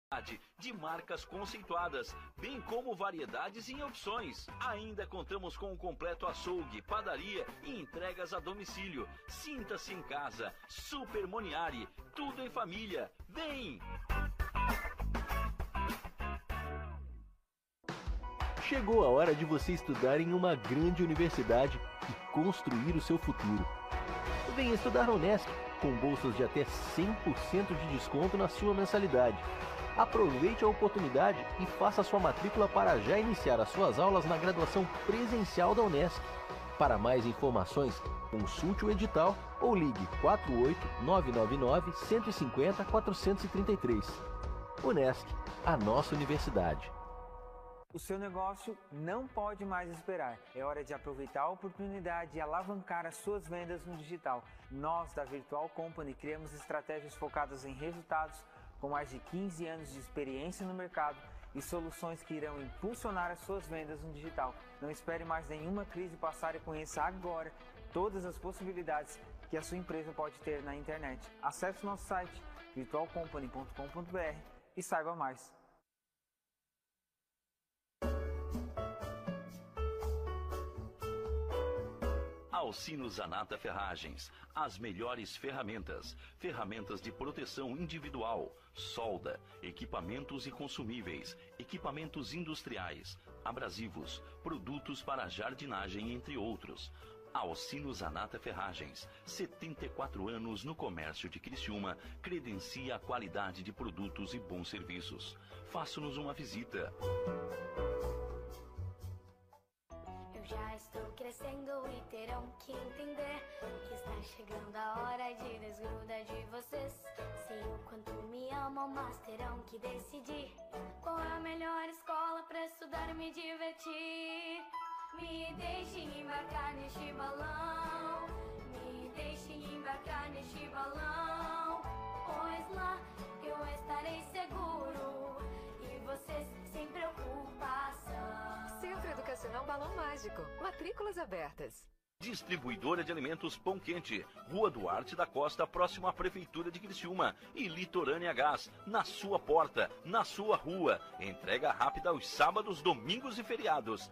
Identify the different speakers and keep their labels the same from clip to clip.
Speaker 1: De marcas conceituadas, bem como variedades em opções. Ainda contamos com um completo açougue, padaria e entregas a domicílio. Sinta-se em casa. Super Moniari, tudo em família. Vem!
Speaker 2: Chegou a hora de você estudar em uma grande universidade e construir o seu futuro. Venha estudar na Unesc, com bolsas de até 100% de desconto na sua mensalidade. Aproveite a oportunidade e faça sua matrícula para já iniciar as suas aulas na graduação presencial da Unesc. Para mais informações, consulte o edital ou ligue 48 999 150 433. Unesc, a nossa universidade.
Speaker 3: O seu negócio não pode mais esperar. É hora de aproveitar a oportunidade e alavancar as suas vendas no digital. Nós, da Virtual Company, criamos estratégias focadas em resultados com mais de 15 anos de experiência no mercado e soluções que irão impulsionar as suas vendas no digital. Não espere mais nenhuma crise passar e conheça agora todas as possibilidades que a sua empresa pode ter na internet. Acesse nosso site virtualcompany.com.br e saiba mais.
Speaker 1: Alcino Zanata Ferragens, as melhores ferramentas, ferramentas de proteção individual, solda, equipamentos e consumíveis, equipamentos industriais, abrasivos, produtos para jardinagem, entre outros. Alcino Zanata Ferragens, 74 anos no comércio de Criciúma, credencia a qualidade de produtos e bons serviços. Faça-nos uma visita.
Speaker 4: Já estou crescendo e terão que entender que está chegando a hora de desgrudar de vocês. Sei o quanto me amam, mas terão que decidir qual é a melhor escola para estudar e me divertir. Me deixem embarcar neste balão, me deixem embarcar neste balão, pois lá eu estarei seguro e vocês sem preocupação.
Speaker 5: Centro Educacional Balão Mágico. Matrículas abertas.
Speaker 1: Distribuidora de alimentos Pão Quente, Rua Duarte da Costa, próximo à Prefeitura de Criciúma, e Litorânea Gás, na sua porta, na sua rua. Entrega rápida aos sábados, domingos e feriados.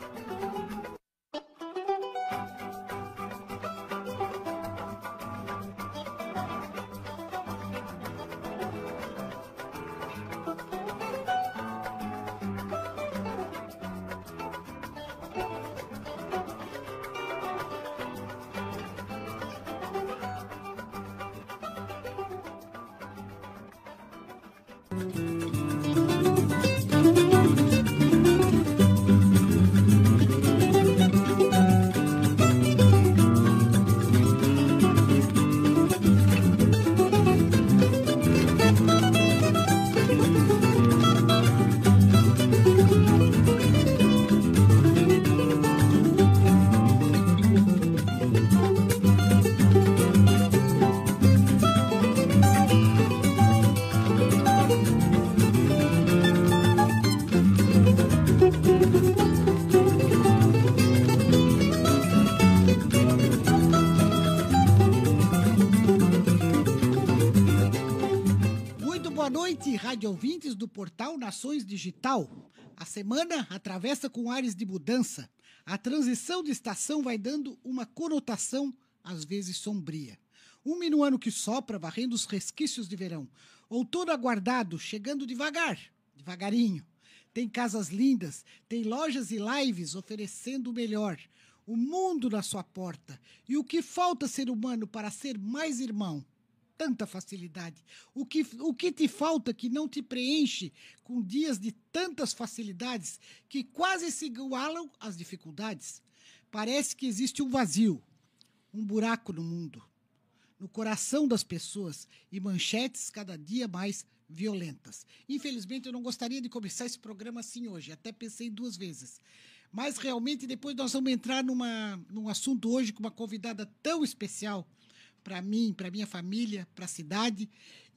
Speaker 6: Rádio ouvintes do portal Nações Digital. A semana atravessa com ares de mudança. A transição de estação vai dando uma conotação, às vezes sombria. Um minuano que sopra, varrendo os resquícios de verão. Outono aguardado, chegando devagarinho. Tem casas lindas, tem lojas e lives oferecendo o melhor. O mundo na sua porta. E o que falta ser humano para ser mais irmão? Tanta facilidade. O que te falta que não te preenche com dias de tantas facilidades que quase se igualam às dificuldades? Parece que existe um vazio, um buraco no mundo, no coração das pessoas e manchetes cada dia mais violentas. Infelizmente, eu não gostaria de começar esse programa assim hoje, até pensei 2 vezes. Mas realmente depois nós vamos entrar num assunto hoje com uma convidada tão especial, para mim, para minha família, para a cidade,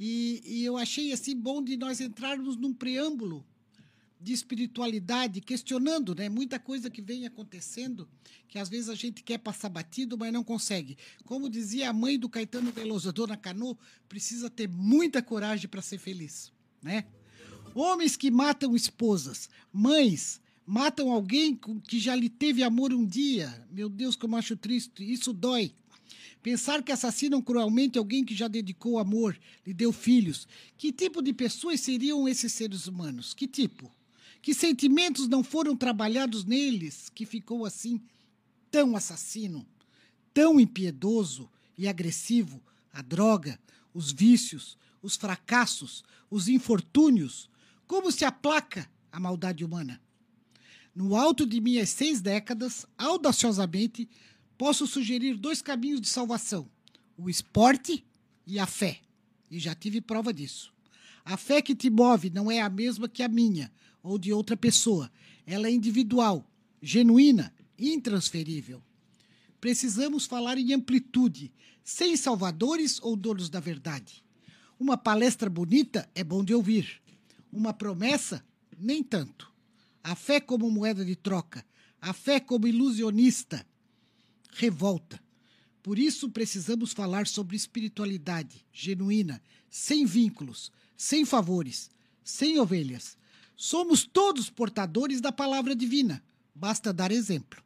Speaker 6: e eu achei assim bom de nós entrarmos num preâmbulo de espiritualidade, questionando, né, muita coisa que vem acontecendo, que às vezes a gente quer passar batido, mas não consegue. Como dizia a mãe do Caetano Veloso, a Dona Cano, precisa ter muita coragem para ser feliz, né? Homens que matam esposas, mães, matam alguém que já lhe teve amor um dia. Meu Deus, como eu acho triste, isso dói. Pensar que assassinam cruelmente alguém que já dedicou amor, lhe deu filhos. Que tipo de pessoas seriam esses seres humanos? Que tipo? Que sentimentos não foram trabalhados neles que ficou assim tão assassino, tão impiedoso e agressivo? A droga, os vícios, os fracassos, os infortúnios. Como se aplaca a maldade humana? No alto de minhas 6 décadas, audaciosamente, posso sugerir 2 caminhos de salvação: o esporte e a fé. E já tive prova disso. A fé que te move não é a mesma que a minha ou de outra pessoa. Ela é individual, genuína e intransferível. Precisamos falar em amplitude, sem salvadores ou donos da verdade. Uma palestra bonita é bom de ouvir. Uma promessa, nem tanto. A fé como moeda de troca, a fé como ilusionista, revolta. Por isso precisamos falar sobre espiritualidade genuína, sem vínculos, sem favores, sem ovelhas. Somos todos portadores da palavra divina. Basta dar exemplo.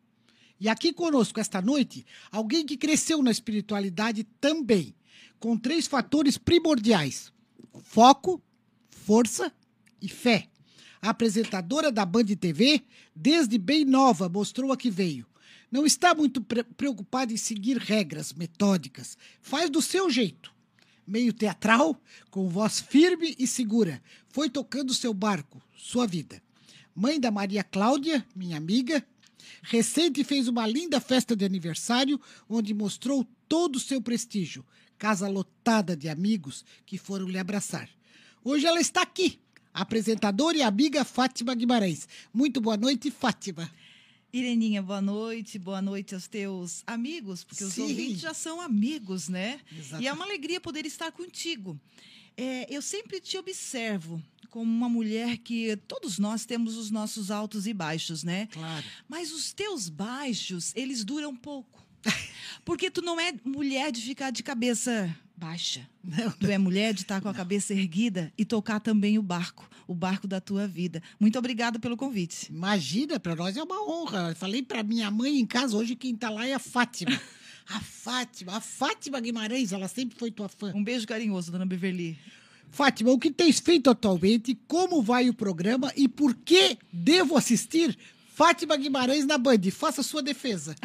Speaker 6: E aqui conosco esta noite, alguém que cresceu na espiritualidade também, com 3 fatores primordiais: foco, força e fé. A apresentadora da Band TV, desde bem nova, mostrou a que veio. Não está muito preocupada em seguir regras metódicas. Faz do seu jeito. Meio teatral, com voz firme e segura. Foi tocando seu barco, sua vida. Mãe da Maria Cláudia, minha amiga, recente fez uma linda festa de aniversário, onde mostrou todo o seu prestígio. Casa lotada de amigos que foram lhe abraçar. Hoje ela está aqui, apresentadora e amiga Fátima Guimarães. Muito boa noite, Fátima.
Speaker 7: Ireninha, boa noite aos teus amigos, porque os ouvintes já são amigos, né? Exato. E é uma alegria poder estar contigo. Eu sempre te observo como uma mulher que todos nós temos os nossos altos e baixos, né?
Speaker 6: Claro.
Speaker 7: Mas os teus baixos, eles duram pouco. Porque tu não é mulher de ficar de cabeça baixa. Não. Tu é mulher de estar com a cabeça erguida e tocar também o barco da tua vida. Muito obrigada pelo convite.
Speaker 6: Imagina, para nós é uma honra. Eu falei para minha mãe em casa, hoje quem está lá é a Fátima. A Fátima Guimarães, ela sempre foi tua fã.
Speaker 7: Um beijo carinhoso, dona Beverly.
Speaker 6: Fátima, o que tens feito atualmente, como vai o programa e por que devo assistir Fátima Guimarães na Band? Faça a sua defesa.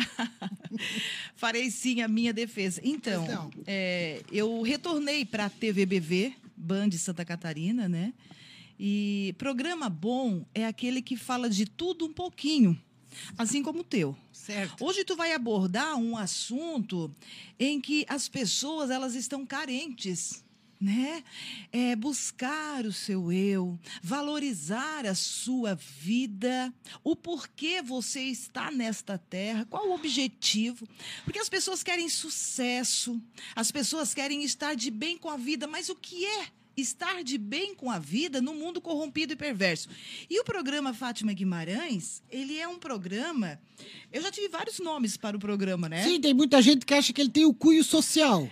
Speaker 7: Farei sim a minha defesa. Então, eu retornei para a TVBV, Band Santa Catarina, né? E programa bom é aquele que fala de tudo um pouquinho, assim como o teu.
Speaker 6: Certo.
Speaker 7: Hoje tu vai abordar um assunto em que as pessoas elas estão carentes, né? Buscar o seu eu, valorizar a sua vida, o porquê você está nesta terra, qual o objetivo. Porque as pessoas querem sucesso, as pessoas querem estar de bem com a vida, mas o que é estar de bem com a vida no mundo corrompido e perverso? E o programa Fátima Guimarães, ele é um programa... Eu já tive vários nomes para o programa, né?
Speaker 6: Sim, tem muita gente que acha que ele tem o cunho social.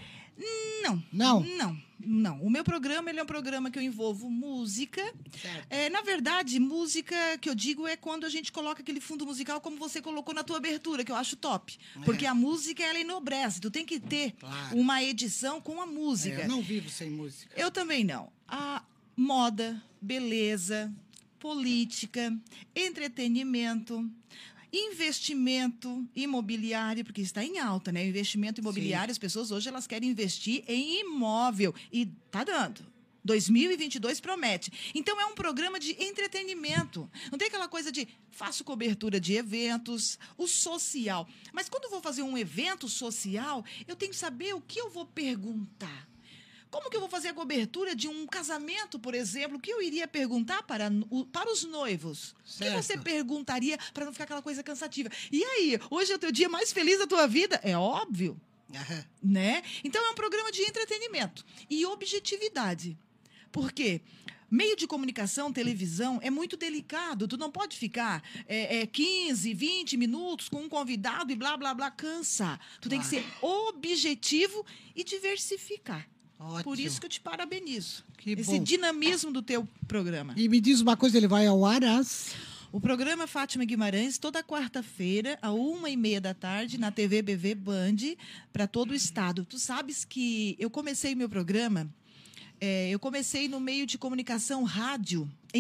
Speaker 7: Não. O meu programa ele é um programa que eu envolvo música. Na verdade, música que eu digo é quando a gente coloca aquele fundo musical como você colocou na tua abertura, que eu acho top. Porque a música, ela enobrece. Tu tem que ter uma edição com a música.
Speaker 6: Eu não vivo sem música.
Speaker 7: Eu também não. A moda, beleza, política, entretenimento... Investimento imobiliário, porque está em alta, né? O investimento imobiliário, as pessoas hoje elas querem investir em imóvel. E tá dando. 2022 promete. Então, é um programa de entretenimento. Não tem aquela coisa de faço cobertura de eventos, o social. Mas quando eu vou fazer um evento social, eu tenho que saber o que eu vou perguntar. Como que eu vou fazer a cobertura de um casamento, por exemplo? O que eu iria perguntar para os noivos? Certo. O que você perguntaria para não ficar aquela coisa cansativa? E aí, hoje é o teu dia mais feliz da tua vida? É óbvio. Né? Então, é um programa de entretenimento e objetividade. Por quê? Meio de comunicação, televisão, é muito delicado. Tu não pode ficar 15, 20 minutos com um convidado e blá, blá, blá, cansa. Tu tem que ser objetivo e diversificar.
Speaker 6: Ótimo.
Speaker 7: Por isso que eu te parabenizo.
Speaker 6: Que
Speaker 7: Esse
Speaker 6: bom.
Speaker 7: dinamismo do teu programa.
Speaker 6: E me diz uma coisa, ele vai ao ar às...
Speaker 7: O programa Fátima Guimarães, toda quarta-feira, à 1h30 da tarde, na TV BV Band, para todo o estado. Tu sabes que eu comecei meu programa, eu comecei no meio de comunicação rádio em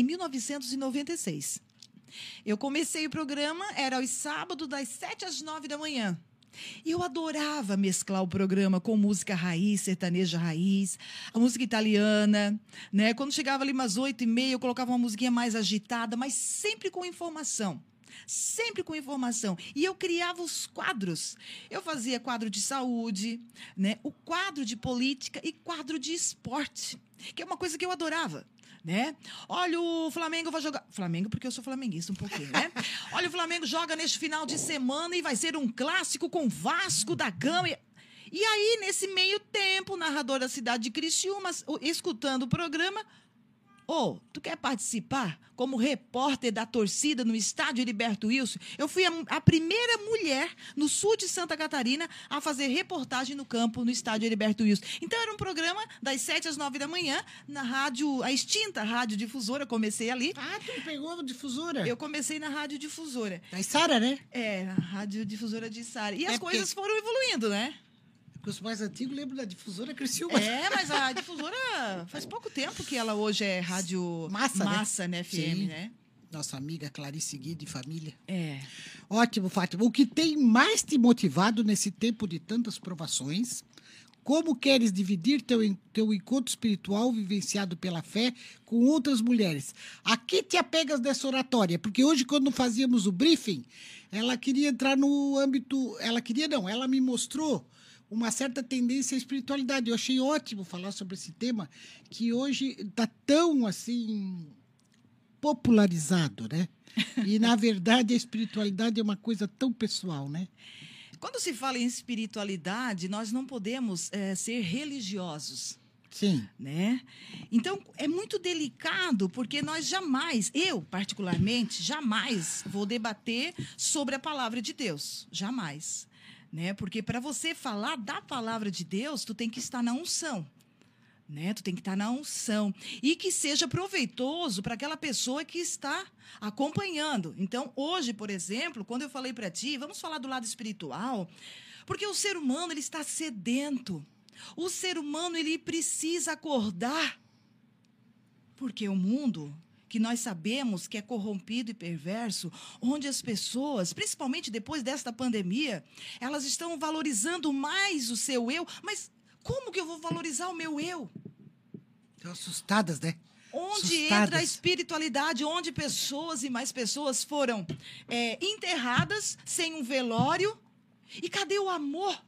Speaker 7: 1996. Eu comecei o programa, era aos sábados, das 7 às 9 da manhã. E eu adorava mesclar o programa com música raiz, sertaneja raiz, a música italiana, né? Quando chegava ali umas 8h30, eu colocava uma musiquinha mais agitada, mas sempre com informação. Sempre com informação. E eu criava os quadros. Eu fazia quadro de saúde, né? O quadro de política e quadro de esporte, que é uma coisa que eu adorava. Né? Olha, o Flamengo vai jogar... Flamengo, porque eu sou flamenguista um pouquinho, né? Olha, o Flamengo joga neste final de semana e vai ser um clássico com Vasco da Gama. E aí, nesse meio tempo, o narrador da cidade de Criciúma, escutando o programa... tu quer participar como repórter da torcida no estádio Heriberto Wilson? Eu fui a primeira mulher no sul de Santa Catarina a fazer reportagem no campo, no estádio Heriberto Wilson. Então, era um programa das 7 às 9 da manhã, na rádio, a extinta Rádio Difusora. Comecei ali.
Speaker 6: Ah, tu pegou a difusora?
Speaker 7: Eu comecei na Rádio Difusora.
Speaker 6: Da Sara, né?
Speaker 7: É, a Rádio Difusora de Sara. E as
Speaker 6: porque-
Speaker 7: coisas foram evoluindo, né?
Speaker 6: Os mais antigos lembram da difusora Criciúma.
Speaker 7: Mas a Difusora faz pouco tempo que ela hoje é Rádio
Speaker 6: Massa,
Speaker 7: né? FM,
Speaker 6: Sim.
Speaker 7: né?
Speaker 6: Nossa amiga Clarice Guide e família.
Speaker 7: É.
Speaker 6: Ótimo, Fátima. O que tem mais te motivado nesse tempo de tantas provações? Como queres dividir teu encontro espiritual vivenciado pela fé com outras mulheres? A que te apegas dessa oratória? Porque hoje, quando fazíamos o briefing, ela queria entrar no âmbito... Ela me mostrou uma certa tendência à espiritualidade. Eu achei ótimo falar sobre esse tema, que hoje está tão, assim, popularizado, né? E, na verdade, a espiritualidade é uma coisa tão pessoal, né?
Speaker 7: Quando se fala em espiritualidade, nós não podemos ser religiosos,
Speaker 6: Sim.
Speaker 7: né? Então, é muito delicado, porque nós jamais, eu particularmente, jamais vou debater sobre a palavra de Deus. Jamais. Né? Porque para você falar da palavra de Deus, tu tem que estar na unção. Né? Tu tem que estar na unção. E que seja proveitoso para aquela pessoa que está acompanhando. Então, hoje, por exemplo, quando eu falei para ti, vamos falar do lado espiritual, porque o ser humano ele está sedento. O ser humano ele precisa acordar. Porque o mundo que nós sabemos que é corrompido e perverso, onde as pessoas, principalmente depois desta pandemia, elas estão valorizando mais o seu eu. Mas como que eu vou valorizar o meu eu?
Speaker 6: Estão assustadas, né?
Speaker 7: Onde
Speaker 6: Assustadas.
Speaker 7: entra a espiritualidade, onde pessoas e mais pessoas foram enterradas sem um velório. E cadê o amor?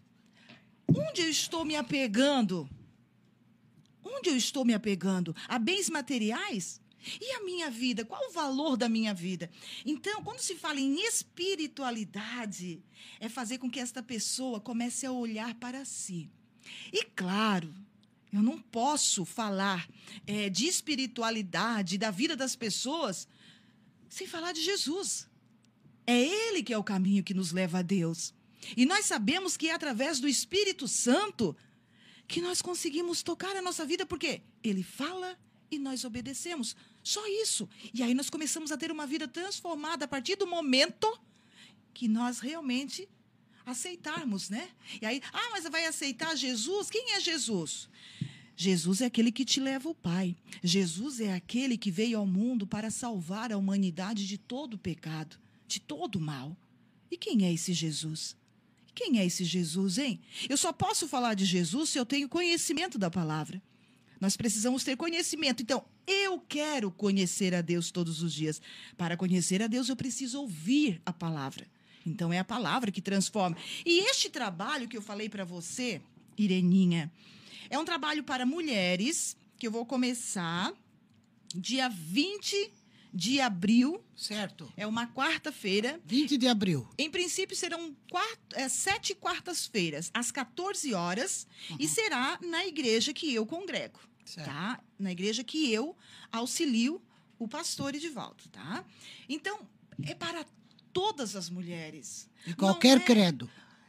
Speaker 7: Onde eu estou me apegando? Onde eu estou me apegando? A bens materiais? E a minha vida? Qual o valor da minha vida? Então, quando se fala em espiritualidade, é fazer com que esta pessoa comece a olhar para si. E, claro, eu não posso falar de espiritualidade, da vida das pessoas, sem falar de Jesus. É Ele que é o caminho que nos leva a Deus. E nós sabemos que é através do Espírito Santo que nós conseguimos tocar a nossa vida, porque Ele fala e nós obedecemos. Só isso. E aí nós começamos a ter uma vida transformada a partir do momento que nós realmente aceitarmos, né? E aí, mas vai aceitar Jesus? Quem é Jesus? Jesus é aquele que te leva ao Pai. Jesus é aquele que veio ao mundo para salvar a humanidade de todo o pecado, de todo o mal. E quem é esse Jesus? Quem é esse Jesus, hein? Eu só posso falar de Jesus se eu tenho conhecimento da palavra. Nós precisamos ter conhecimento. Então, eu quero conhecer a Deus todos os dias. Para conhecer a Deus, eu preciso ouvir a palavra. Então, é a palavra que transforma. E este trabalho que eu falei para você, Ireninha, é um trabalho para mulheres, que eu vou começar dia 20 de abril.
Speaker 6: Certo.
Speaker 7: É uma quarta-feira.
Speaker 6: 20 de abril.
Speaker 7: Em princípio, serão 7 quartas-feiras, às 14 horas, e será na igreja que eu congrego, tá? Na igreja que eu auxilio o pastor Edivaldo, tá? Então, é para todas as mulheres.
Speaker 6: De qualquer
Speaker 7: Não é
Speaker 6: credo.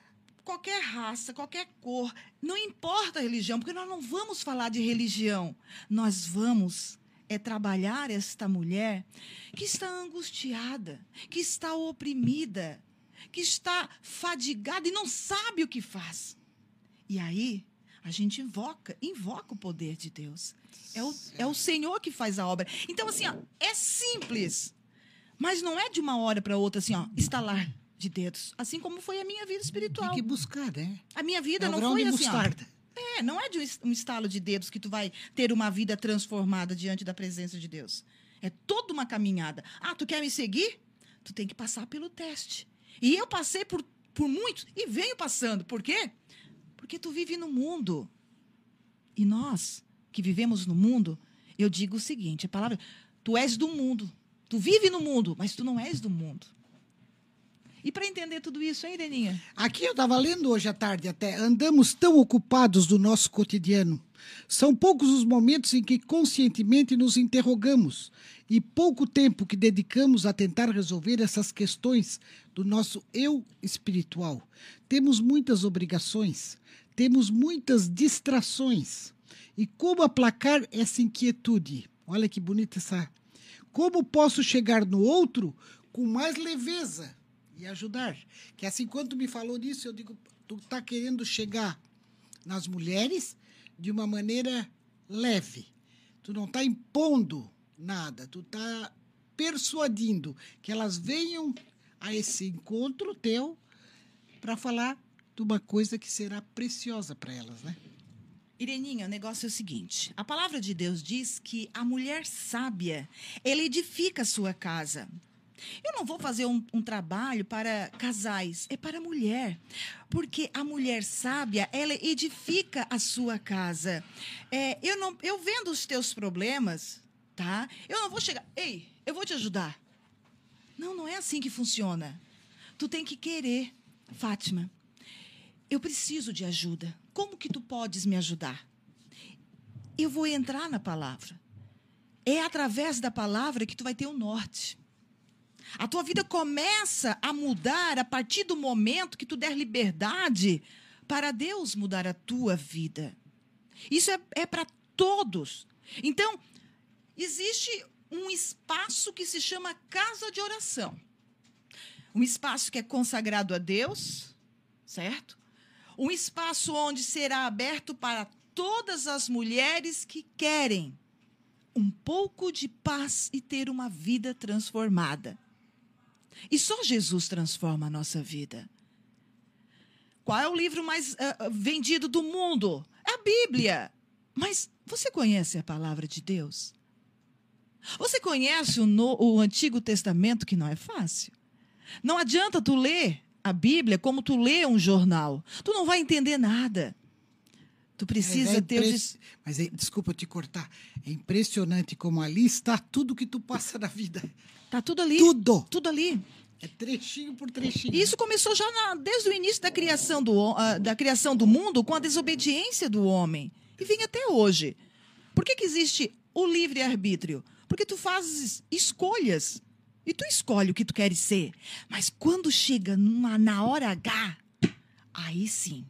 Speaker 7: qualquer raça, qualquer cor, não importa a religião, porque nós não vamos falar de religião. Nós vamos trabalhar esta mulher que está angustiada, que está oprimida, que está fadigada e não sabe o que faz. E aí, a gente invoca o poder de Deus. É o Senhor que faz a obra. Então, assim, ó, é simples, mas não é de uma hora para outra, assim, ó, estalar de dedos. Assim como foi a minha vida espiritual.
Speaker 6: Tem que buscar, né?
Speaker 7: A minha vida não
Speaker 6: grão
Speaker 7: foi
Speaker 6: de
Speaker 7: assim,
Speaker 6: mostarda.
Speaker 7: ó. Não é de um estalo de dedos que tu vai ter uma vida transformada diante da presença de Deus. É toda uma caminhada. Ah, tu quer me seguir? Tu tem que passar pelo teste. E eu passei por muitos e venho passando. Por quê? Porque tu vive no mundo. E nós, que vivemos no mundo, eu digo o seguinte, a palavra, tu és do mundo. Tu vive no mundo, mas tu não és do mundo. E para entender tudo isso, hein, Ireninha?
Speaker 6: Aqui eu estava lendo hoje à tarde até. Andamos tão ocupados do nosso cotidiano. São poucos os momentos em que conscientemente nos interrogamos e pouco tempo que dedicamos a tentar resolver essas questões do nosso eu espiritual. Temos muitas obrigações, temos muitas distrações. E como aplacar essa inquietude? Olha que bonita essa... Como posso chegar no outro com mais leveza e ajudar? Que assim, quando tu me falou disso, eu digo, tu está querendo chegar nas mulheres de uma maneira leve. Tu não está impondo nada, tu está persuadindo que elas venham a esse encontro teu para falar de uma coisa que será preciosa para elas, né?
Speaker 7: Ireninha, o negócio é o seguinte. A palavra de Deus diz que a mulher sábia, ela edifica a sua casa. Eu não vou fazer um trabalho para casais, é para a mulher. Porque a mulher sábia, ela edifica a sua casa. Eu vendo os teus problemas, tá? Eu não vou chegar, ei, eu vou te ajudar. Não é assim que funciona. Tu tem que querer, Fátima. Eu preciso de ajuda. Como que tu podes me ajudar? Eu vou entrar na palavra. É através da palavra que tu vai ter o norte. A tua vida começa a mudar a partir do momento que tu der liberdade para Deus mudar a tua vida. Isso é para todos. Então, existe um espaço que se chama casa de oração. Um espaço que é consagrado a Deus, certo? Um espaço onde será aberto para todas as mulheres que querem um pouco de paz e ter uma vida transformada. E só Jesus transforma a nossa vida. Qual é o livro mais vendido do mundo? É a Bíblia. Mas você conhece a palavra de Deus? Você conhece o Antigo Testamento, que não é fácil? Não adianta tu ler a Bíblia como tu lê um jornal. Tu não vai entender nada. Tu precisa ter...
Speaker 6: Mas, desculpa te cortar. É impressionante como ali está tudo que tu passa na vida.
Speaker 7: Está tudo ali. Tudo ali.
Speaker 6: É trechinho por trechinho.
Speaker 7: Isso começou já desde o início da criação do mundo, com a desobediência do homem. E vem até hoje. Por que existe o livre-arbítrio? Porque tu fazes escolhas. E tu escolhe o que tu queres ser. Mas quando chega na hora H, aí sim.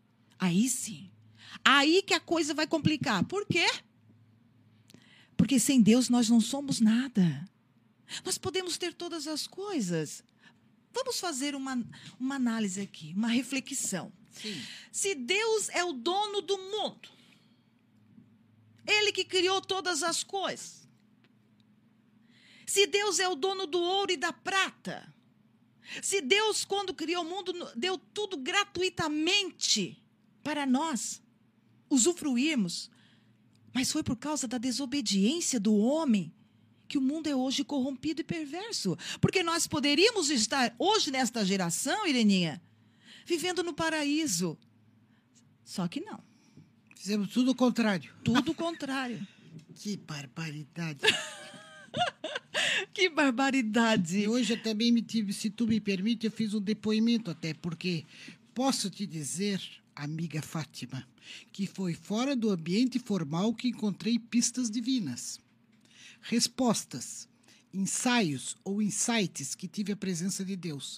Speaker 7: Aí que a coisa vai complicar. Por quê? Porque sem Deus nós não somos nada. Nós podemos ter todas as coisas. Vamos fazer uma análise aqui, uma reflexão.
Speaker 6: Sim.
Speaker 7: Se Deus é o dono do mundo, Ele que criou todas as coisas, se Deus é o dono do ouro e da prata, se Deus, quando criou o mundo, deu tudo gratuitamente para nós usufruirmos, mas foi por causa da desobediência do homem que o mundo é hoje corrompido e perverso. Porque nós poderíamos estar hoje, nesta geração, Ireninha, vivendo no paraíso. Só que não.
Speaker 6: Fizemos tudo o contrário.
Speaker 7: Tudo o contrário.
Speaker 6: Que barbaridade.
Speaker 7: Que barbaridade.
Speaker 6: E hoje eu também, se tu me permite, eu fiz um depoimento até, porque posso te dizer, amiga Fátima, que foi fora do ambiente formal que encontrei pistas divinas, respostas, ensaios ou insights que tive a presença de Deus.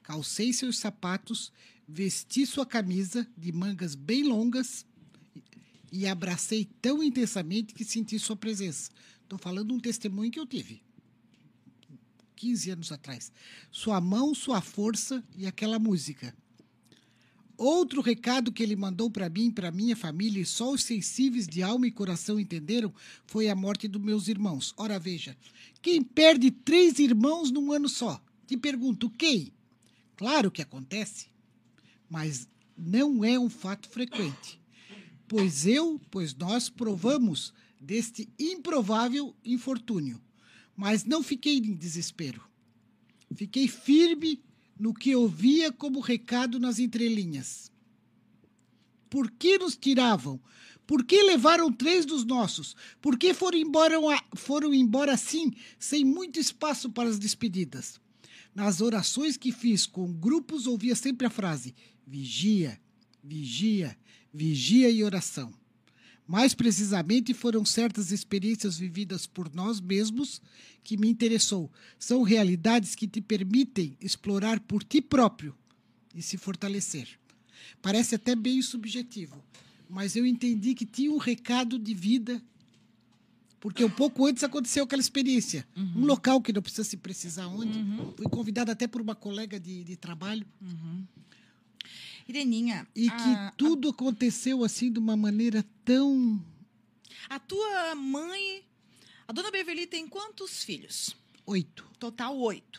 Speaker 6: calcei seus sapatos, vesti sua camisa de mangas bem longas e abracei tão intensamente que senti sua presença. Estou falando de um testemunho que eu tive 15 anos atrás. Sua mão, sua força e aquela música. Outro recado que ele mandou para mim, para minha família, e só os sensíveis de alma e coração entenderam, foi a morte dos meus irmãos. Ora, veja, quem perde 3 irmãos num ano só? Te pergunto, quem? Claro que acontece, mas não é um fato frequente. Pois nós provamos deste improvável infortúnio. Mas não fiquei em desespero. Fiquei firme no que ouvia como recado nas entrelinhas. Por que nos tiravam? Por que levaram 3 dos nossos? Por que foram embora assim, sem muito espaço para as despedidas? Nas orações que fiz com grupos, ouvia sempre a frase: vigia, vigia, vigia e oração. Mais precisamente, foram certas experiências vividas por nós mesmos que me interessou. São realidades que te permitem explorar por ti próprio e se fortalecer. Parece até bem subjetivo, mas eu entendi que tinha um recado de vida, porque um pouco antes aconteceu aquela experiência. Um local que não precisa se precisar onde. Fui convidada até por uma colega de trabalho.
Speaker 7: Ireninha...
Speaker 6: E que tudo aconteceu assim de uma maneira tão...
Speaker 7: A tua mãe... A dona Beverly tem quantos filhos?
Speaker 6: 8.
Speaker 7: Total 8.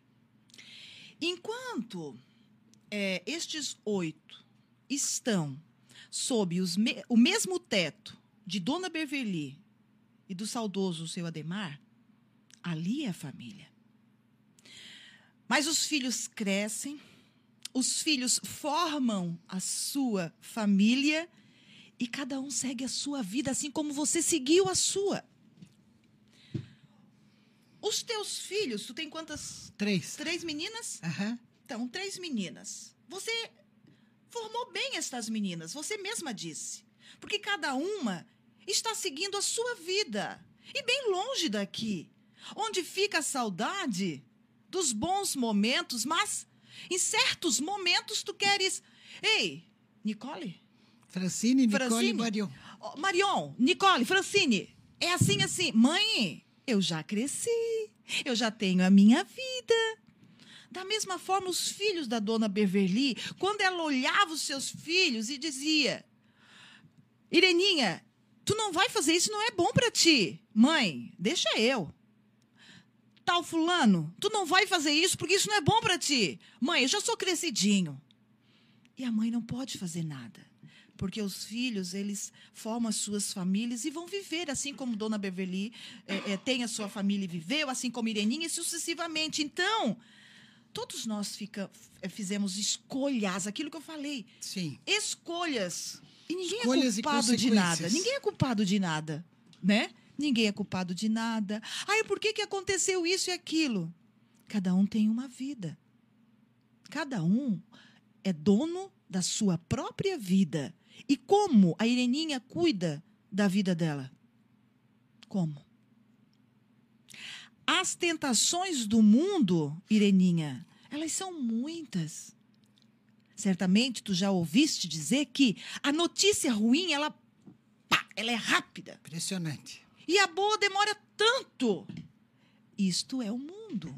Speaker 7: Enquanto estes 8 estão sob o mesmo teto de dona Beverly e do saudoso seu Ademar, ali é a família. Mas os filhos crescem, os filhos formam a sua família e cada um segue a sua vida, assim como você seguiu a sua. Os teus filhos, tu tem quantas?
Speaker 6: 3.
Speaker 7: 3 meninas?
Speaker 6: Aham.
Speaker 7: Então, 3 meninas. Você formou bem estas meninas, você mesma disse. Porque cada uma está seguindo a sua vida. E bem longe daqui, onde fica a saudade dos bons momentos, mas... Em certos momentos, tu queres... Ei, Nicole?
Speaker 6: Francine, Nicole e Marion.
Speaker 7: Oh, Marion, Nicole, Francine. É assim, assim. Mãe, eu já cresci. Eu já tenho a minha vida. Da mesma forma, os filhos da dona Beverly, quando ela olhava os seus filhos e dizia... Ireninha, tu não vai fazer isso, não é bom para ti. Mãe, deixa eu. Tal fulano, tu não vai fazer isso porque isso não é bom para ti. Mãe, eu já sou crescidinho. E a mãe não pode fazer nada. Porque os filhos, eles formam as suas famílias e vão viver, assim como Dona Beverly tem a sua família e viveu, assim como Ireninha, e sucessivamente. Então, todos nós fizemos escolhas, aquilo que eu falei.
Speaker 6: Sim.
Speaker 7: Escolhas. E ninguém
Speaker 6: Escolhas
Speaker 7: é culpado de nada. Ninguém é culpado de nada, né? Ninguém é culpado de nada. Ai, por que aconteceu isso e aquilo? Cada um tem uma vida. Cada um é dono da sua própria vida. E como a Ireninha cuida da vida dela? Como? As tentações do mundo, Ireninha, elas são muitas. Certamente tu já ouviste dizer que a notícia ruim, ela é rápida.
Speaker 6: Impressionante.
Speaker 7: E a boa demora tanto. Isto é o mundo.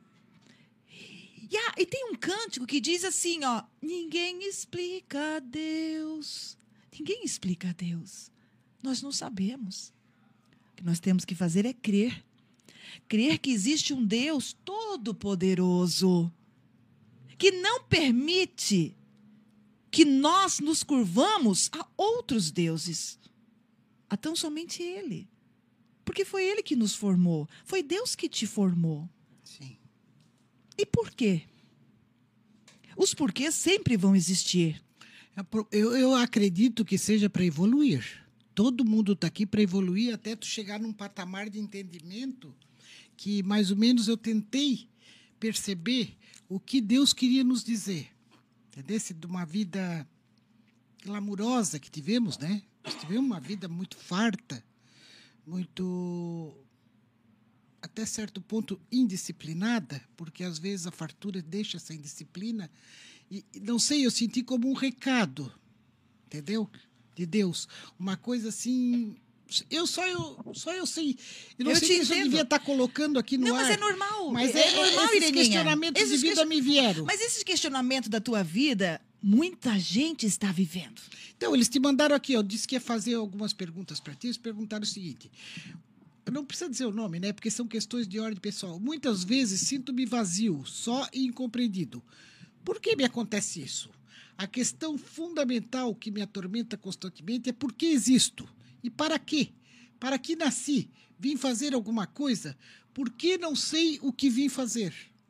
Speaker 7: E tem um cântico que diz assim, ó, ninguém explica a Deus. Ninguém explica a Deus. Nós não sabemos. O que nós temos que fazer é crer. Crer que existe um Deus todo-poderoso que não permite que nós nos curvamos a outros deuses. A tão somente Ele. Porque foi Ele que nos formou. Foi Deus que te formou.
Speaker 6: Sim.
Speaker 7: E por quê? Os porquês sempre vão existir.
Speaker 6: Eu acredito que seja para evoluir. Todo mundo está aqui para evoluir até tu chegar num patamar de entendimento que mais ou menos eu tentei perceber o que Deus queria nos dizer. Entendeu? De uma vida glamurosa que tivemos, né? Nós tivemos uma vida muito farta, muito até certo ponto, indisciplinada, porque às vezes a fartura deixa essa indisciplina. E não sei, eu senti como um recado, entendeu? De Deus. Uma coisa assim. Só eu sei. Eu não sei se eu devia estar colocando aqui no ar.
Speaker 7: Não, mas é normal.
Speaker 6: Mas
Speaker 7: é normal,
Speaker 6: esses
Speaker 7: Ireninha.
Speaker 6: questionamentos de vida me vieram.
Speaker 7: Mas esses questionamentos da tua vida, muita gente está vivendo.
Speaker 6: Então, eles te mandaram aqui, eu disse que ia fazer algumas perguntas para ti, eles perguntaram o seguinte, eu não preciso dizer o nome, né? Porque são questões de ordem pessoal. Muitas vezes sinto-me vazio, só e incompreendido. Por que me acontece isso? A questão fundamental que me atormenta constantemente é por que existo? E para quê? Para que nasci? Vim fazer alguma coisa? Por que não sei o que vim fazer?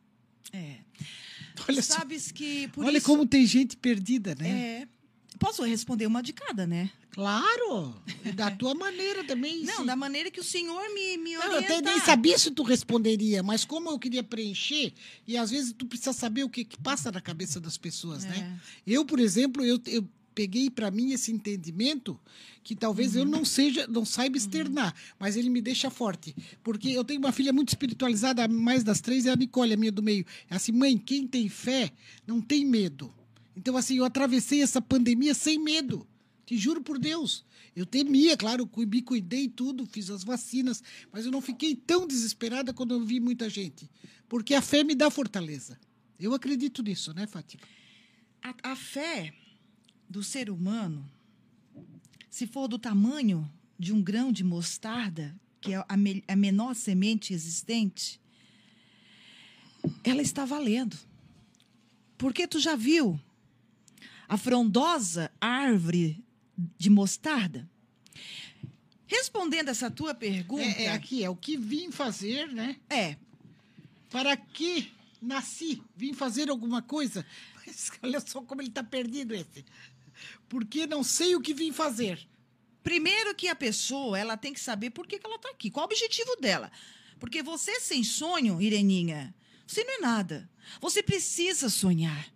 Speaker 7: Olha sabes que por
Speaker 6: olha
Speaker 7: isso...
Speaker 6: como tem gente perdida, né?
Speaker 7: Posso responder uma de cada, né?
Speaker 6: Claro! E da tua maneira também.
Speaker 7: Não,
Speaker 6: sim.
Speaker 7: da maneira que o senhor me orienta.
Speaker 6: Eu até nem sabia se tu responderia, mas como eu queria preencher, e às vezes tu precisa saber o que passa na cabeça das pessoas, né? Eu, por exemplo, eu peguei para mim esse entendimento que talvez eu não saiba externar, mas ele me deixa forte. Porque eu tenho uma filha muito espiritualizada, a mais das 3 é a Nicole, a minha do meio. É assim, mãe, quem tem fé não tem medo. Então, assim, eu atravessei essa pandemia sem medo. Te juro por Deus. Eu temia, claro, me cuidei tudo, fiz as vacinas, mas eu não fiquei tão desesperada quando eu vi muita gente. Porque a fé me dá fortaleza. Eu acredito nisso, né, Fátima?
Speaker 7: A fé do ser humano, se for do tamanho de um grão de mostarda, que é a menor semente existente, ela está valendo. Porque tu já viu a frondosa árvore de mostarda? Respondendo essa tua pergunta...
Speaker 6: Aqui, é o que vim fazer, né? Para que nasci? Vim fazer alguma coisa? Mas olha só como ele está perdido, esse. Porque não sei o que vim fazer.
Speaker 7: Primeiro que a pessoa, ela tem que saber por que ela está aqui. Qual o objetivo dela? Porque você sem sonho, Ireninha, você não é nada. Você precisa sonhar.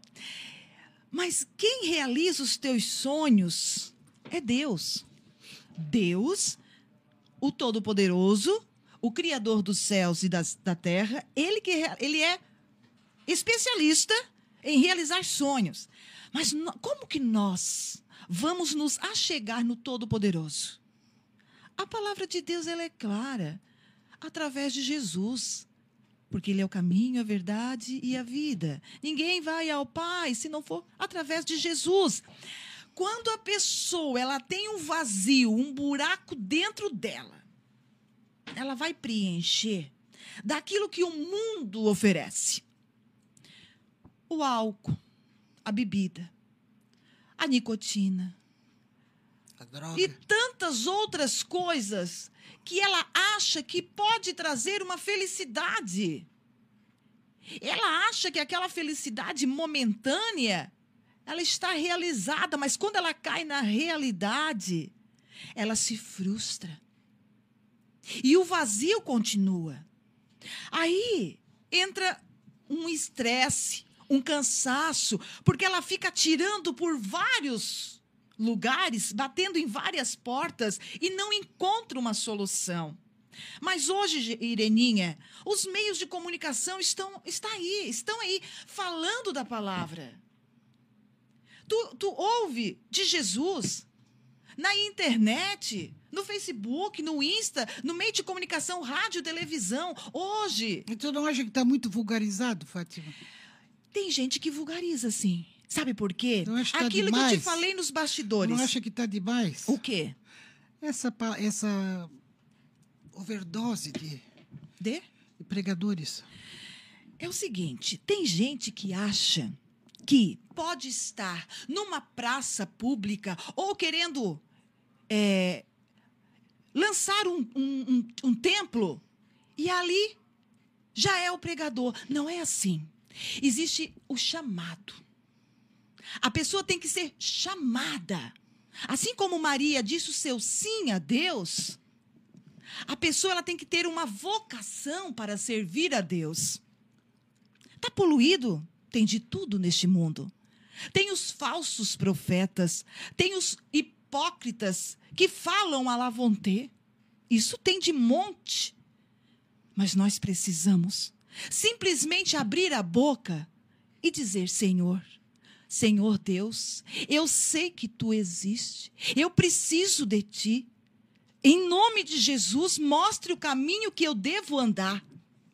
Speaker 7: Mas quem realiza os teus sonhos é Deus. Deus, o Todo-Poderoso, o Criador dos céus e da terra, ele é especialista em realizar sonhos. Mas como que nós vamos nos achegar no Todo-Poderoso? A palavra de Deus ela é clara, através de Jesus. Porque ele é o caminho, a verdade e a vida. Ninguém vai ao Pai se não for através de Jesus. Quando a pessoa ela tem um vazio, um buraco dentro dela, ela vai preencher daquilo que o mundo oferece. O álcool, a bebida, a nicotina,
Speaker 6: a droga.
Speaker 7: E tantas outras coisas que ela acha que pode trazer uma felicidade. Ela acha que aquela felicidade momentânea, ela está realizada, mas quando ela cai na realidade, ela se frustra. E o vazio continua. Aí entra um estresse, um cansaço, porque ela fica tirando por vários lugares, batendo em várias portas e não encontra uma solução. Mas hoje, Ireninha, os meios de comunicação estão aí, falando da palavra. Tu ouve de Jesus na internet, no Facebook, no Insta, no meio de comunicação, rádio, televisão, hoje.
Speaker 6: E tu não acha que está muito vulgarizado, Fátima?
Speaker 7: Tem gente que vulgariza, sim. Sabe por quê?
Speaker 6: Não acha que
Speaker 7: aquilo
Speaker 6: tá demais.
Speaker 7: que eu te falei nos bastidores.
Speaker 6: Não acha que está demais?
Speaker 7: O quê?
Speaker 6: Essa overdose de pregadores.
Speaker 7: É o seguinte, tem gente que acha que pode estar numa praça pública ou querendo lançar um templo e ali já é o pregador. Não é assim. Existe o chamado. A pessoa tem que ser chamada. Assim como Maria disse o seu sim a Deus, a pessoa ela tem que ter uma vocação para servir a Deus. Está poluído? Tem de tudo neste mundo. Tem os falsos profetas, tem os hipócritas que falam à la vontade. Isso tem de monte. Mas nós precisamos simplesmente abrir a boca e dizer: Senhor, Senhor Deus, eu sei que tu existes, eu preciso de ti. Em nome de Jesus, mostre o caminho que eu devo andar.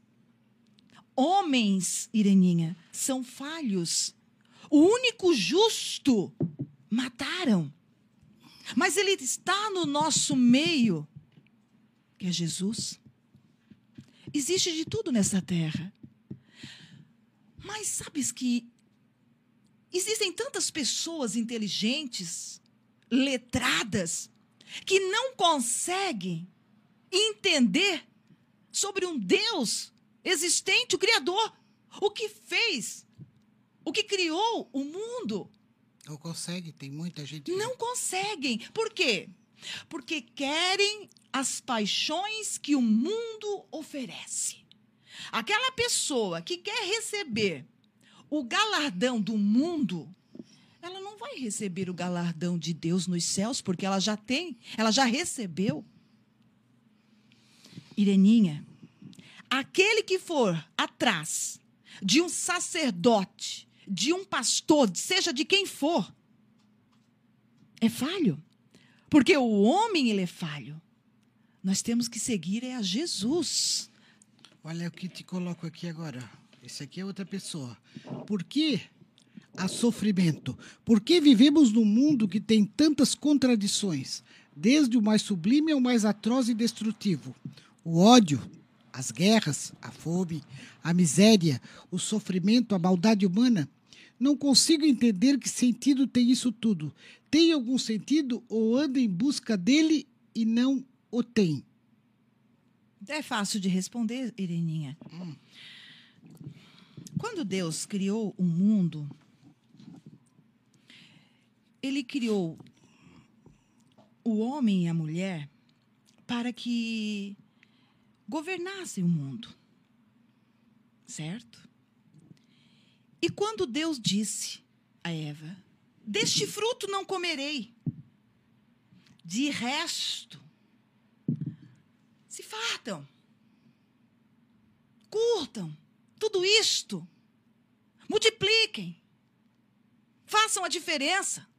Speaker 7: Homens, Ireninha, são falhos. O único justo mataram. Mas ele está no nosso meio, que é Jesus. Existe de tudo nessa terra. Mas sabes que existem tantas pessoas inteligentes, letradas, que não conseguem entender sobre um Deus existente, o Criador, o que fez, o que criou o mundo.
Speaker 6: Não consegue, tem muita gente.
Speaker 7: Não conseguem. Por quê? Porque querem as paixões que o mundo oferece. Aquela pessoa que quer receber o galardão do mundo, ela não vai receber o galardão de Deus nos céus, porque ela já tem, ela já recebeu. Ireninha, aquele que for atrás de um sacerdote, de um pastor, seja de quem for, é falho. Porque o homem, ele é falho. Nós temos que seguir a Jesus.
Speaker 6: Olha o que te coloco aqui agora. Esse aqui é outra pessoa. Por que há sofrimento? Por que vivemos num mundo que tem tantas contradições? Desde o mais sublime ao mais atroz e destrutivo. O ódio, as guerras, a fome, a miséria, o sofrimento, a maldade humana. Não consigo entender que sentido tem isso tudo. Tem algum sentido ou anda em busca dele e não o tem?
Speaker 7: É fácil de responder, Ireninha. Quando Deus criou o mundo, ele criou o homem e a mulher para que governassem o mundo. Certo? E quando Deus disse a Eva: deste fruto não comerei, de resto, se fartam, curtam tudo isto, multipliquem, façam a diferença.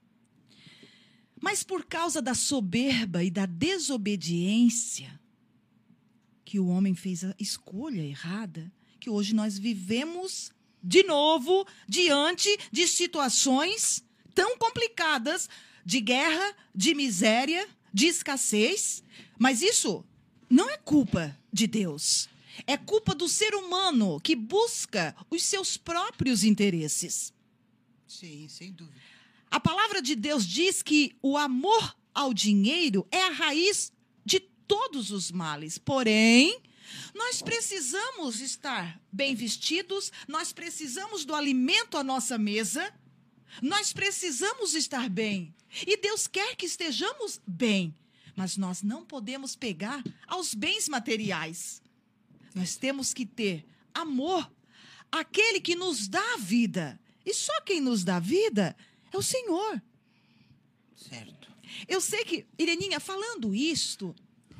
Speaker 7: Mas por causa da soberba e da desobediência, que o homem fez a escolha errada, que hoje nós vivemos de novo diante de situações tão complicadas, de guerra, de miséria, de escassez. Mas isso não é culpa de Deus. É culpa do ser humano que busca os seus próprios interesses.
Speaker 6: Sim, sem dúvida.
Speaker 7: A palavra de Deus diz que o amor ao dinheiro é a raiz de todos os males. Porém, nós precisamos estar bem vestidos, nós precisamos do alimento à nossa mesa, nós precisamos estar bem. E Deus quer que estejamos bem, mas nós não podemos pegar aos bens materiais. Nós temos que ter amor àquele que nos dá a vida. E só quem nos dá vida é o Senhor.
Speaker 6: Certo.
Speaker 7: Eu sei que, Ireninha, falando isto,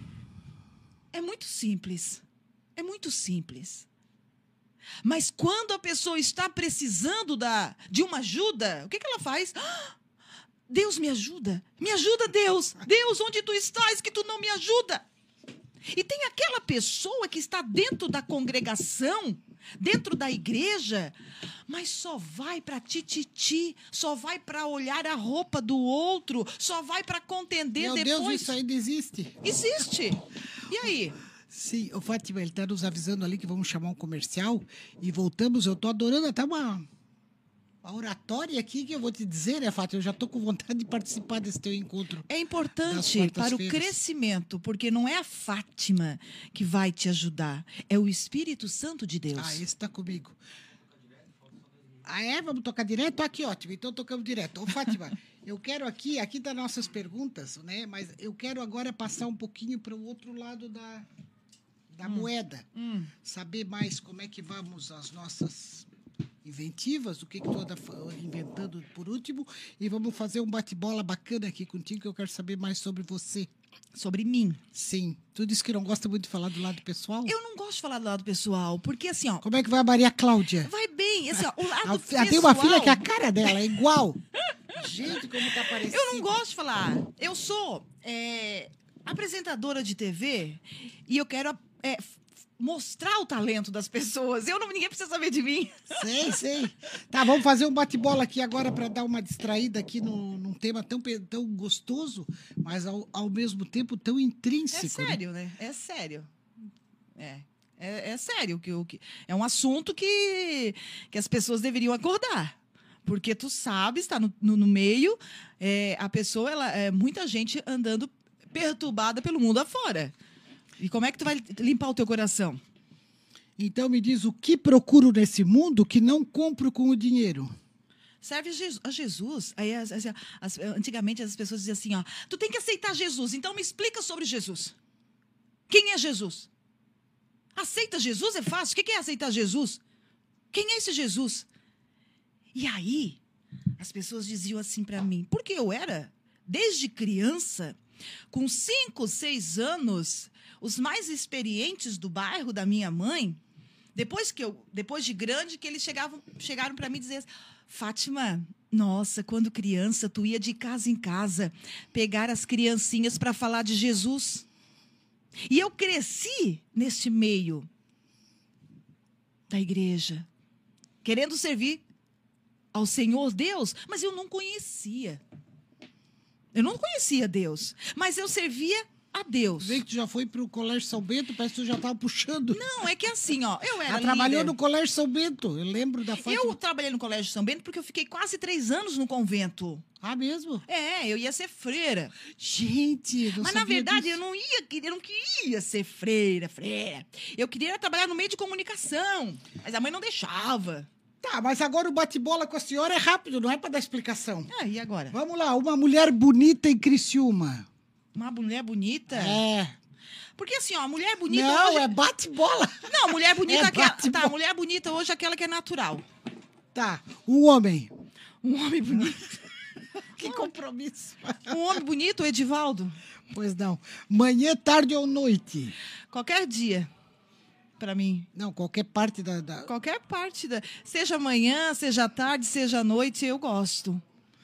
Speaker 7: é muito simples. É muito simples. Mas quando a pessoa está precisando de uma ajuda, o que ela faz? Deus me ajuda. Me ajuda, Deus. Deus, onde tu estás que tu não me ajuda? E tem aquela pessoa que está dentro da congregação, dentro da igreja, mas só vai para tititi, só vai para olhar a roupa do outro, só vai para contender
Speaker 6: Meu
Speaker 7: depois.
Speaker 6: Deus, isso ainda existe.
Speaker 7: Existe. E aí?
Speaker 6: Sim, o Fátima, ele está nos avisando ali que vamos chamar um comercial e voltamos. Eu estou adorando até uma oratória aqui que eu vou te dizer, né, Fátima? Eu já estou com vontade de participar desse teu encontro.
Speaker 7: É importante para o crescimento, porque não é a Fátima que vai te ajudar, é o Espírito Santo de Deus.
Speaker 6: Ah, esse está comigo. Ah, é? Vamos tocar direto? Aqui, ótimo. Então, tocamos direto. Ô, Fátima, eu quero aqui tá nossas perguntas, né? Mas eu quero agora passar um pouquinho para o outro lado da moeda. Saber mais como é que vamos as nossas inventivas, o que tu anda inventando por último. E vamos fazer um bate-bola bacana aqui contigo, que eu quero saber mais sobre você.
Speaker 7: Sobre mim.
Speaker 6: Sim. Tu disse que não gosta muito de falar do lado pessoal?
Speaker 7: Eu não gosto de falar do lado pessoal, porque assim, ó,
Speaker 6: Como é que vai a Maria Cláudia?
Speaker 7: vai bem, assim, ó, o lado
Speaker 6: Ela
Speaker 7: pessoal...
Speaker 6: tem uma filha que a cara dela é igual. Gente, como tá parecendo.
Speaker 7: Eu não gosto de falar. Eu sou apresentadora de TV e eu quero mostrar o talento das pessoas. Ninguém precisa saber de mim.
Speaker 6: Sei. Tá, vamos fazer um bate-bola aqui agora para dar uma distraída aqui num tema tão gostoso, mas ao mesmo tempo tão intrínseco.
Speaker 7: É sério, né? É sério. É sério. É um assunto que as pessoas deveriam acordar. Porque tu sabe, está no meio, a pessoa, muita gente andando perturbada pelo mundo afora. E como é que tu vai limpar o teu coração?
Speaker 6: Então me diz, o que procuro nesse mundo que não compro com o dinheiro?
Speaker 7: Serve a Jesus. Aí, antigamente as pessoas diziam assim, ó, tu tem que aceitar Jesus, então me explica sobre Jesus. Quem é Jesus? Aceita Jesus é fácil. O que é aceitar Jesus? Quem é esse Jesus? E aí, as pessoas diziam assim para mim, porque eu era, desde criança, com 5, 6 anos, os mais experientes do bairro da minha mãe, depois de grande, que eles chegaram para mim e dizer assim, Fátima, nossa, quando criança, tu ia de casa em casa pegar as criancinhas para falar de Jesus. E eu cresci neste meio da igreja, querendo servir ao Senhor Deus, mas eu não conhecia. Eu não conhecia Deus, mas eu servia a Deus.
Speaker 6: Vê que tu já foi pro Colégio São Bento, parece que tu já estava puxando.
Speaker 7: Não, é que assim, ó, eu era
Speaker 6: Ela trabalhou
Speaker 7: líder.
Speaker 6: no Colégio São Bento, eu lembro da Fátima.
Speaker 7: Eu trabalhei no Colégio São Bento porque eu fiquei quase 3 anos no convento.
Speaker 6: Ah, mesmo?
Speaker 7: Eu ia ser freira.
Speaker 6: Gente, não
Speaker 7: Mas, na
Speaker 6: sabia
Speaker 7: verdade,
Speaker 6: disso.
Speaker 7: eu não queria ser freira. Eu queria trabalhar no meio de comunicação, mas a mãe não deixava.
Speaker 6: Tá, mas agora o bate-bola com a senhora é rápido, não é para dar explicação.
Speaker 7: E agora?
Speaker 6: Vamos lá, uma mulher bonita em Criciúma.
Speaker 7: Uma mulher bonita?
Speaker 6: É.
Speaker 7: Porque assim, ó, a mulher bonita
Speaker 6: Não,
Speaker 7: hoje...
Speaker 6: é bate-bola.
Speaker 7: Não, mulher bonita...
Speaker 6: bate-bola.
Speaker 7: Tá, mulher bonita hoje é aquela que é natural.
Speaker 6: Tá, um homem.
Speaker 7: Um homem bonito.
Speaker 6: Que compromisso.
Speaker 7: Um homem bonito, Edivaldo?
Speaker 6: Pois não. Manhã, tarde ou noite?
Speaker 7: Qualquer dia, pra mim.
Speaker 6: Não, qualquer parte da...
Speaker 7: Qualquer parte Seja manhã, seja tarde, seja noite, eu gosto.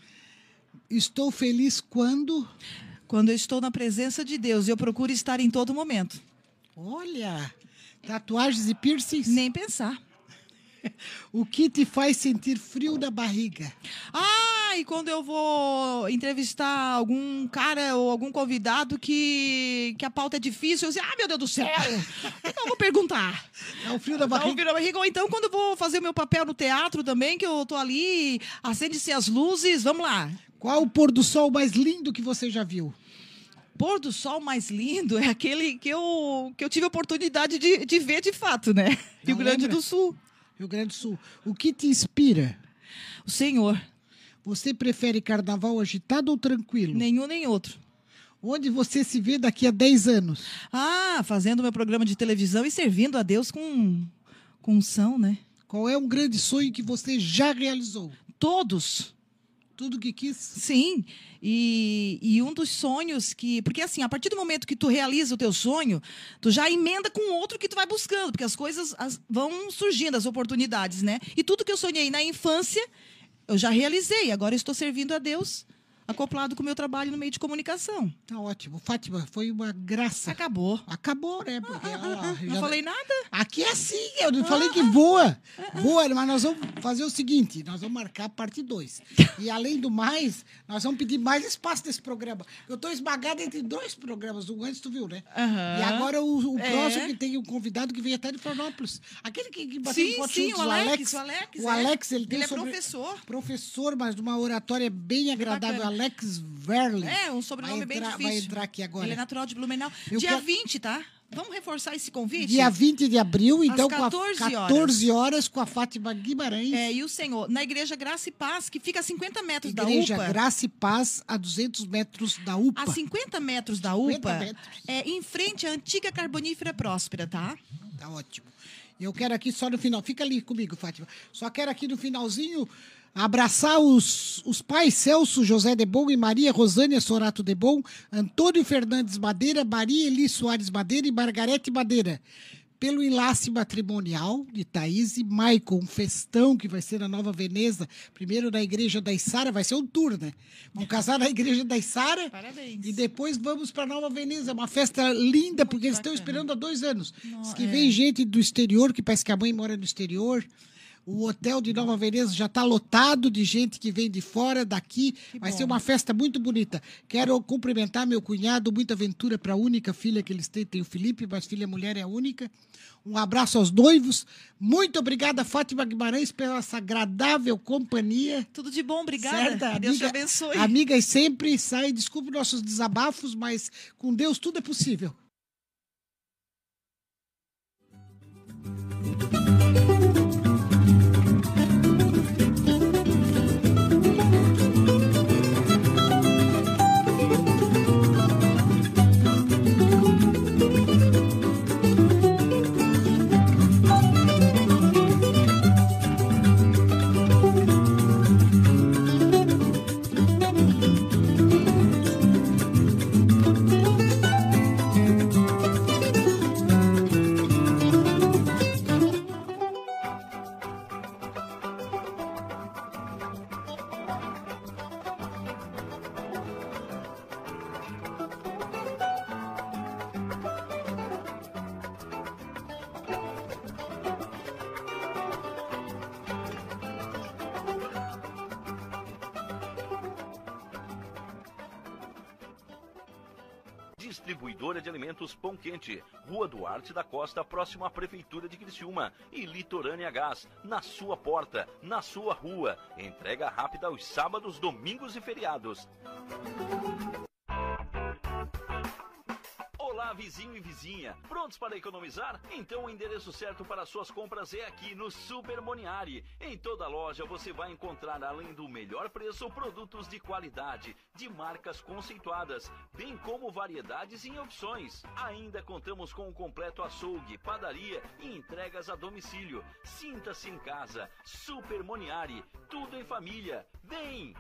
Speaker 6: Estou feliz quando...
Speaker 7: Quando eu estou na presença de Deus, eu procuro estar em todo momento.
Speaker 6: Olha, tatuagens e piercings?
Speaker 7: Nem pensar.
Speaker 6: O que te faz sentir frio na barriga?
Speaker 7: E quando eu vou entrevistar algum cara ou algum convidado que a pauta é difícil, eu digo, meu Deus do céu, o que eu vou perguntar?
Speaker 6: É o frio da barriga?
Speaker 7: Dá um frio na barriga. Ou então, quando eu vou fazer o meu papel no teatro também, que eu tô ali, acende-se as luzes, vamos lá.
Speaker 6: Qual o pôr do sol mais lindo que você já viu?
Speaker 7: Pôr do sol mais lindo é aquele que eu tive a oportunidade de ver de fato, né? Rio Grande do Sul.
Speaker 6: Rio Grande do Sul. O que te inspira?
Speaker 7: O Senhor.
Speaker 6: Você prefere carnaval agitado ou tranquilo?
Speaker 7: Nenhum nem outro.
Speaker 6: Onde você se vê daqui a 10 anos?
Speaker 7: Fazendo meu programa de televisão e servindo a Deus com unção, né?
Speaker 6: Qual é um grande sonho que você já realizou?
Speaker 7: Todos.
Speaker 6: Tudo que quis?
Speaker 7: Sim, e um dos sonhos que... Porque assim, a partir do momento que tu realiza o teu sonho, tu já emenda com outro que tu vai buscando, porque as coisas vão surgindo, as oportunidades, né? E tudo que eu sonhei na infância, eu já realizei. Agora eu estou servindo a Deus, acoplado com o meu trabalho no meio de comunicação.
Speaker 6: Tá ótimo. Fátima, foi uma graça.
Speaker 7: Acabou.
Speaker 6: Acabou, né? Porque
Speaker 7: Não falei nada.
Speaker 6: Aqui é assim, eu não falei que voa. Voa, mas nós vamos fazer o seguinte, nós vamos marcar a parte 2. E além do mais, nós vamos pedir mais espaço nesse programa. Eu estou esmagada entre 2 programas, um antes tu viu, né?
Speaker 7: Uhum.
Speaker 6: E agora o próximo que tem um convidado que veio até de Florianópolis. Aquele que bateu em
Speaker 7: Sim,
Speaker 6: juntos,
Speaker 7: o Alex.
Speaker 6: O Alex, ele
Speaker 7: é professor.
Speaker 6: Professor, mas de uma oratória bem agradável.
Speaker 7: Bacana.
Speaker 6: Alex Verlin.
Speaker 7: Um sobrenome bem difícil.
Speaker 6: Vai entrar aqui agora.
Speaker 7: Ele é natural de Blumenau. Dia 20, tá? Vamos reforçar esse convite?
Speaker 6: Dia 20 de abril, então,
Speaker 7: às 14
Speaker 6: com 14 horas, com a Fátima Guimarães.
Speaker 7: E o Senhor, na Igreja Graça e Paz, que fica a 50 metros
Speaker 6: Igreja
Speaker 7: da UPA.
Speaker 6: Graça e Paz, a 200 metros da UPA.
Speaker 7: A 50 metros da UPA, em frente à antiga Carbonífera Próspera, tá?
Speaker 6: Tá ótimo. Eu quero aqui só no final, fica ali comigo, Fátima. Só quero aqui no finalzinho abraçar os pais Celso José de Bom e Maria Rosânia Sorato de Bom, Antônio Fernandes Madeira, Maria Eli Soares Madeira e Margarete Madeira. Pelo enlace matrimonial de Thaís e Maicon, um festão que vai ser na Nova Veneza, primeiro na Igreja da Içara, vai ser um tour, né? Vamos casar na Igreja da Içara.
Speaker 7: Parabéns.
Speaker 6: E depois vamos para Nova Veneza, uma festa linda,
Speaker 7: Muito
Speaker 6: porque eles estão
Speaker 7: bacana.
Speaker 6: esperando há 2 anos. Diz que
Speaker 7: é.
Speaker 6: vem gente do exterior, que parece que a mãe mora no exterior. O hotel de Nova Veneza já está lotado de gente que vem de fora, daqui. Vai ser uma festa muito bonita. Quero cumprimentar meu cunhado, muita aventura para a única filha que eles têm. Tem o Felipe, mas filha mulher é a única. Um abraço aos noivos. Muito obrigada, Fátima Guimarães, pela essa agradável companhia.
Speaker 7: Tudo de bom, obrigada.
Speaker 6: Certa?
Speaker 7: Que Deus te abençoe.
Speaker 6: Amigas sempre saem, desculpe nossos desabafos, mas com Deus tudo é possível.
Speaker 1: Distribuidora de alimentos Pão Quente, Rua Duarte da Costa, próximo à Prefeitura de Criciúma, e Litorânea Gás, na sua porta, na sua rua. Entrega rápida aos sábados, domingos e feriados. Olá, vizinho e vizinha. Prontos para economizar? Então o endereço certo para suas compras é aqui no Super Moniari. Em toda loja você vai encontrar, além do melhor preço, produtos de qualidade, de marcas conceituadas, bem como variedades e opções. Ainda contamos com um completo açougue, padaria e entregas a domicílio. Sinta-se em casa. Super Moniari. Tudo em família. Vem!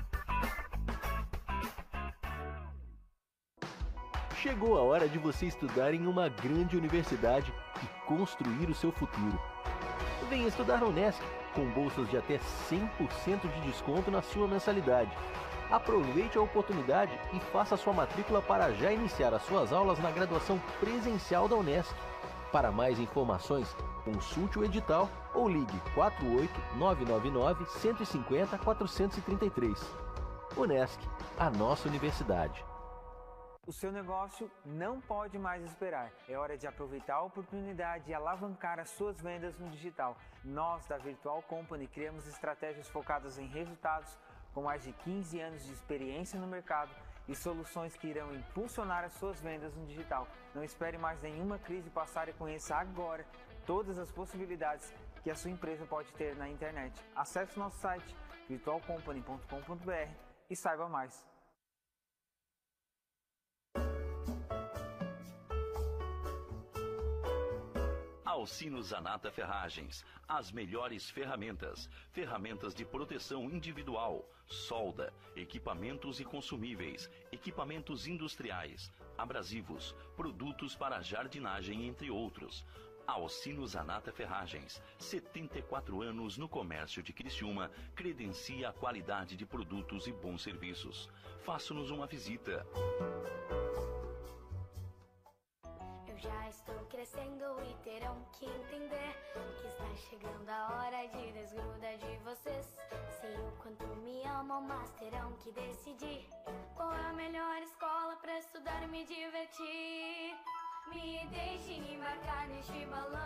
Speaker 2: Chegou a hora de você estudar em uma grande universidade e construir o seu futuro. Venha estudar na Unesc, com bolsas de até 100% de desconto na sua mensalidade. Aproveite a oportunidade e faça sua matrícula para já iniciar as suas aulas na graduação presencial da Unesc. Para mais informações, consulte o edital ou ligue 48 999 150 433. Unesc, a nossa universidade.
Speaker 3: O seu negócio não pode mais esperar. É hora de aproveitar a oportunidade e alavancar as suas vendas no digital. Nós, da Virtual Company, criamos estratégias focadas em resultados com mais de 15 anos de experiência no mercado e soluções que irão impulsionar as suas vendas no digital. Não espere mais nenhuma crise passar e conheça agora todas as possibilidades que a sua empresa pode ter na internet. Acesse nosso site virtualcompany.com.br e saiba mais.
Speaker 1: Alcino Zanata Ferragens, as melhores ferramentas, ferramentas de proteção individual, solda, equipamentos e consumíveis, equipamentos industriais, abrasivos, produtos para jardinagem, entre outros. Alcino Zanata Ferragens, 74 anos no comércio de Criciúma, credencia a qualidade de produtos e bons serviços. Faça-nos uma visita.
Speaker 4: Já estou crescendo e terão que entender que está chegando a hora de desgrudar de vocês. Sei o quanto me amam, mas terão que decidir qual é a melhor escola para estudar e me divertir. Me deixem embarcar neste balão.